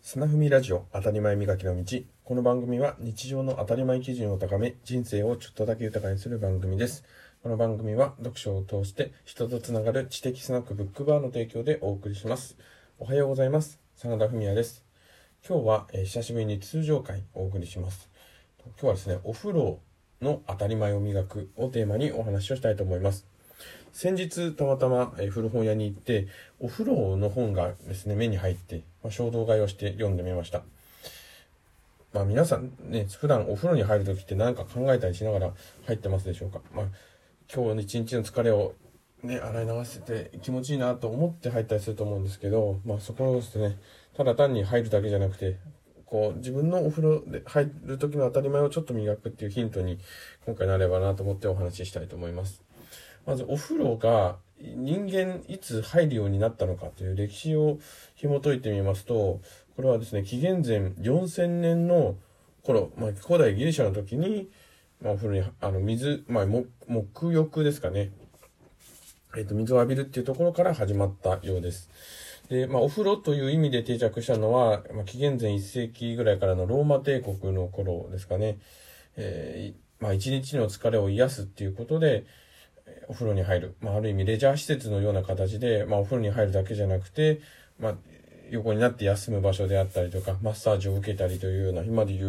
砂踏みラジオ当たり前磨きの道。この番組は日常の当たり前基準を高め、人生をちょっとだけ豊かにする番組です。この番組は読書を通して人とつながる知的スナックブックバーの提供でお送りします。おはようございます。真田文也です。今日は、久しぶりに通常回をお送りします。今日はですね、お風呂の当たり前を磨くをテーマにお話をしたいと思います。先日たまたま古本屋に行ってお風呂の本がですね目に入って、衝動買いをして読んでみました。皆さんね、普段お風呂に入るときって何か考えたりしながら入ってますでしょうか。今日の一日の疲れをね洗い流せて気持ちいいなと思って入ったりすると思うんですけど、そこをですねただ単に入るだけじゃなくて自分のお風呂で入る時の当たり前をちょっと磨くっていうヒントに今回なればなと思ってお話ししたいと思います。まずお風呂が人間いつ入るようになったのかという歴史を紐解いてみますと、これはですね、紀元前4000年の頃、古代ギリシャの時に、お風呂に、沐浴ですかね。水を浴びるっていうところから始まったようです。で、お風呂という意味で定着したのは、紀元前1世紀ぐらいからのローマ帝国の頃ですかね。一日の疲れを癒すっていうことで、お風呂に入る。ある意味レジャー施設のような形で、お風呂に入るだけじゃなくて、横になって休む場所であったりとか、マッサージを受けたりというような、今でいう、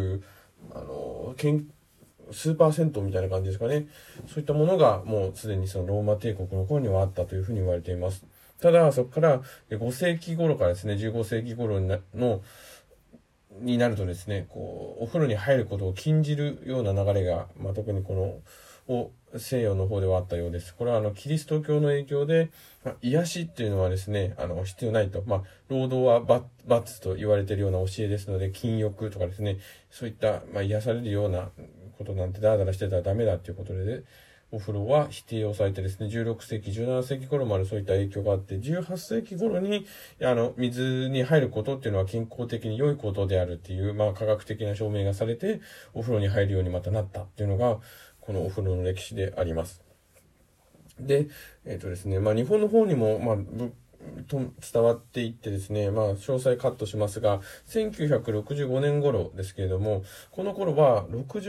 スーパー銭湯みたいな感じですかね。そういったものがもうすでにそのローマ帝国の頃にはあったというふうに言われています。ただ、そこから5世紀頃からですね、15世紀頃になるとですね、お風呂に入ることを禁じるような流れが、特に西洋の方ではあったようです。これはキリスト教の影響で、癒しっていうのはですね、必要ないと。労働は罰と言われているような教えですので、禁欲とかですね、そういった、癒されるようなことなんてダラダラしてたらダメだっていうことで、お風呂は否定をされてですね、16世紀、17世紀頃までそういった影響があって、18世紀頃に、水に入ることっていうのは健康的に良いことであるっていう、科学的な証明がされて、お風呂に入るようにまたなったっていうのが、このお風呂の歴史であります。で、ですね、日本の方にも、伝わっていってですね、詳細カットしますが、1965年頃ですけれども、この頃は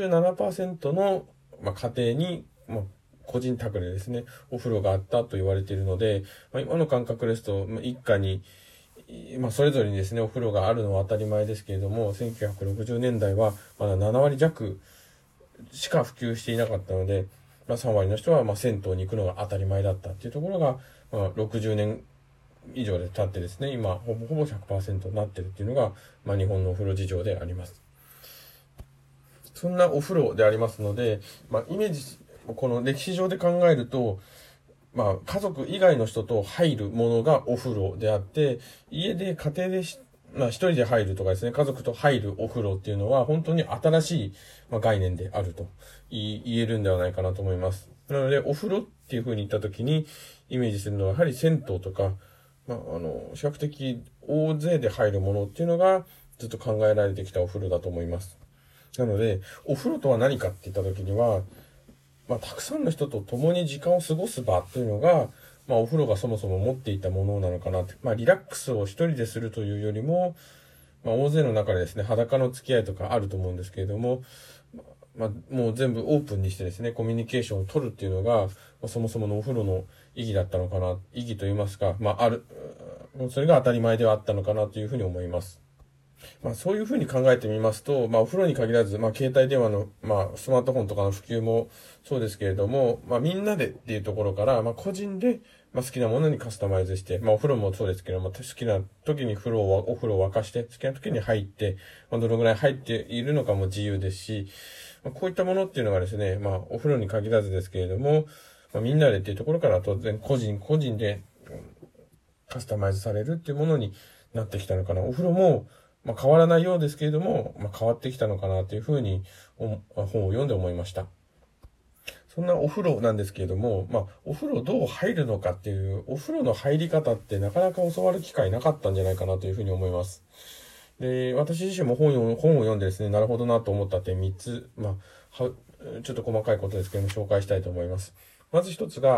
67%の、家庭に、個人宅でですね、お風呂があったと言われているので、今の感覚ですと、一家に、それぞれにですね、お風呂があるのは当たり前ですけれども、1960年代はまだ7割弱しか普及していなかったので、3割の人は銭湯に行くのが当たり前だったっていうところが、60年以上で経ってですね、今ほぼ 100% になってるっていうのが、日本のお風呂事情であります。そんなお風呂でありますので、イメージ、この歴史上で考えると、家族以外の人と入るものがお風呂であって、家庭で一人で入るとかですね、家族と入るお風呂っていうのは本当に新しい、概念であると言えるんではないかなと思います。なので、お風呂っていう風に言った時にイメージするのは、やはり銭湯とか、比較的大勢で入るものっていうのがずっと考えられてきたお風呂だと思います。なので、お風呂とは何かって言った時には、たくさんの人と共に時間を過ごす場っていうのが、お風呂がそもそも持っていたものなのかなって。リラックスを一人でするというよりも、大勢の中でですね、裸の付き合いとかあると思うんですけれども、もう全部オープンにしてですね、コミュニケーションを取るっていうのが、そもそものお風呂の意義だったのかな、意義と言いますか、それが当たり前ではあったのかなというふうに思います。そういうふうに考えてみますと、お風呂に限らず、携帯電話の、スマートフォンとかの普及もそうですけれども、みんなでっていうところから、個人で、好きなものにカスタマイズして、お風呂もそうですけども、好きな時にお風呂を沸かして、好きな時に入って、どのぐらい入っているのかも自由ですし、こういったものっていうのがですね、お風呂に限らずですけれども、みんなでっていうところから当然個人でカスタマイズされるっていうものになってきたのかな。お風呂も、変わらないようですけれども、変わってきたのかなというふうに本を読んで思いました。そんなお風呂なんですけれども、お風呂どう入るのかっていう、お風呂の入り方ってなかなか教わる機会なかったんじゃないかなというふうに思います。で、私自身も本を読んでですね、なるほどなと思った点3つ、ちょっと細かいことですけども紹介したいと思います。まず一つが、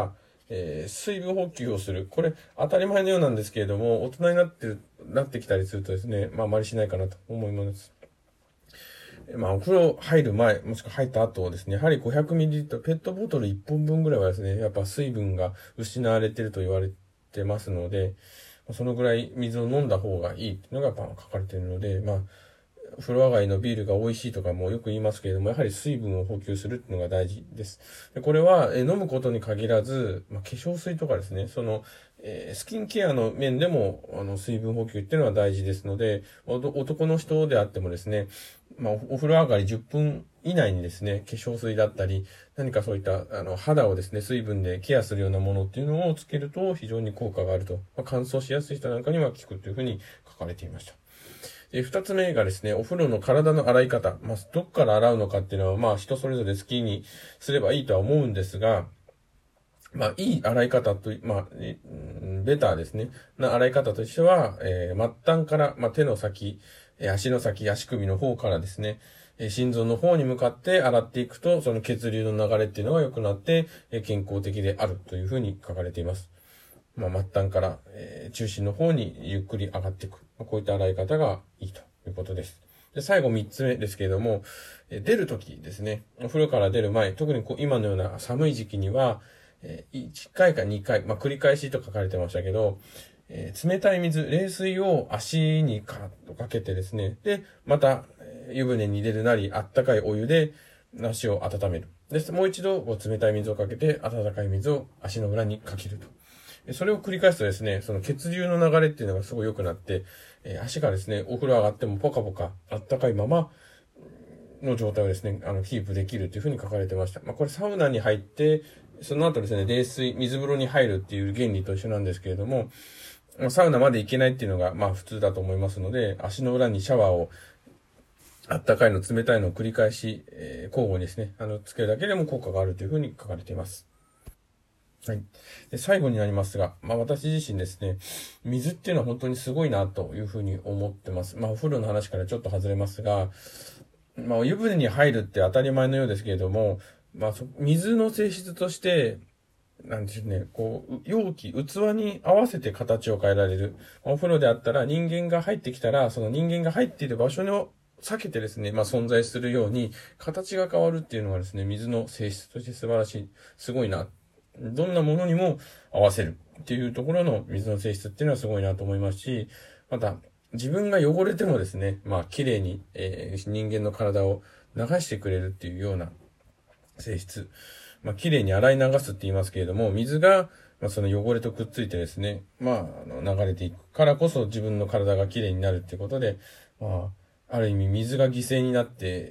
水分補給をする。これ、当たり前のようなんですけれども、大人になってきたりするとですね、あまりしないかなと思います。お風呂入る前、もしくは入った後ですね、やはり 500ml、ペットボトル1本分ぐらいはですね、やっぱ水分が失われていると言われてますので、そのぐらい水を飲んだ方がいいっていうのが書かれているので、風呂上がりのビールが美味しいとかもよく言いますけれども、やはり水分を補給するっていうのが大事です。でこれは飲むことに限らず、化粧水とかですね、スキンケアの面でも、水分補給っていうのは大事ですので、男の人であってもですね、お風呂上がり10分以内にですね、化粧水だったり、何かそういった、肌をですね、水分でケアするようなものっていうのをつけると非常に効果があると。乾燥しやすい人なんかには効くというふうに書かれていました。二つ目がですね、お風呂の体の洗い方。どっから洗うのかっていうのは、人それぞれ好きにすればいいとは思うんですが、いい洗い方と、ベターですね。洗い方としては、末端から、手の先、足の先、足首の方からですね、心臓の方に向かって洗っていくと、その血流の流れっていうのが良くなって、健康的であるというふうに書かれています。末端から、中心の方にゆっくり上がっていく。こういった洗い方がいいということです。で、最後3つ目ですけれども、出るときですね、お風呂から出る前、特に今のような寒い時期には、1回か2回、繰り返しと書かれてましたけど、冷たい水、冷水を足にかけてですね、で、また、湯船に入れるなり、あったかいお湯で足を温める。で、もう一度、冷たい水をかけて、温かい水を足の裏にかけると。それを繰り返すとですね、その血流の流れっていうのがすごい良くなって、足がですね、お風呂上がってもポカポカ、あったかいままの状態をですね、キープできるというふうに書かれてました。これサウナに入って、その後ですね、冷水、水風呂に入るっていう原理と一緒なんですけれども、サウナまで行けないっていうのが、普通だと思いますので、足の裏にシャワーを、あったかいの、冷たいのを繰り返し、交互にですね、つけるだけでも効果があるというふうに書かれています。はい。で、最後になりますが、私自身ですね、水っていうのは本当にすごいなというふうに思ってます。お風呂の話からちょっと外れますが、湯船に入るって当たり前のようですけれども、水の性質として、なんでしょうね、容器、器に合わせて形を変えられる。お風呂であったら人間が入ってきたら、その人間が入っている場所を避けてですね、存在するように、形が変わるっていうのがですね、水の性質として素晴らしい、すごいな。どんなものにも合わせるっていうところの水の性質っていうのはすごいなと思いますし、また、自分が汚れてもですね、綺麗に、人間の体を流してくれるっていうような性質。綺麗に洗い流すって言いますけれども、水が、その汚れとくっついてですね、流れていくからこそ自分の体が綺麗になるっていうことで、ある意味水が犠牲になって、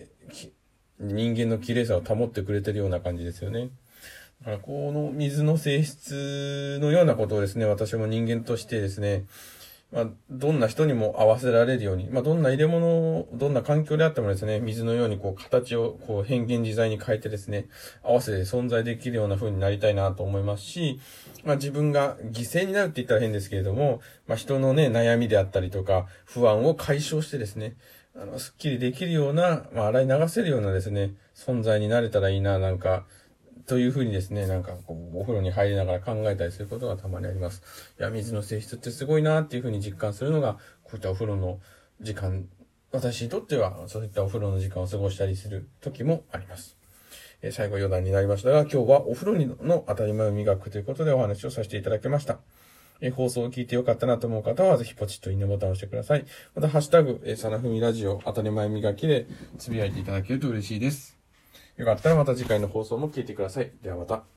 人間の綺麗さを保ってくれてるような感じですよね。だからこの水の性質のようなことをですね、私も人間としてですね、どんな人にも合わせられるように、どんな入れ物を、どんな環境であってもですね、水のように形を変幻自在に変えてですね、合わせて存在できるような風になりたいなと思いますし、自分が犠牲になるって言ったら変ですけれども、人のね、悩みであったりとか、不安を解消してですね、スッキリできるような、洗い流せるようなですね、存在になれたらいいな、というふうにですね、お風呂に入りながら考えたりすることがたまにあります。いや、水の性質ってすごいなっていうふうに実感するのが、こういったお風呂の時間、私にとっては、そういったお風呂の時間を過ごしたりする時もあります。最後余談になりましたが、今日はお風呂の当たり前を磨くということでお話をさせていただきました。放送を聞いてよかったなと思う方は、ぜひポチッといいねボタンを押してください。また、ハッシュタグ、サナフミラジオ当たり前磨きでつぶやいていただけると嬉しいです。よかったらまた次回の放送も聞いてください。ではまた。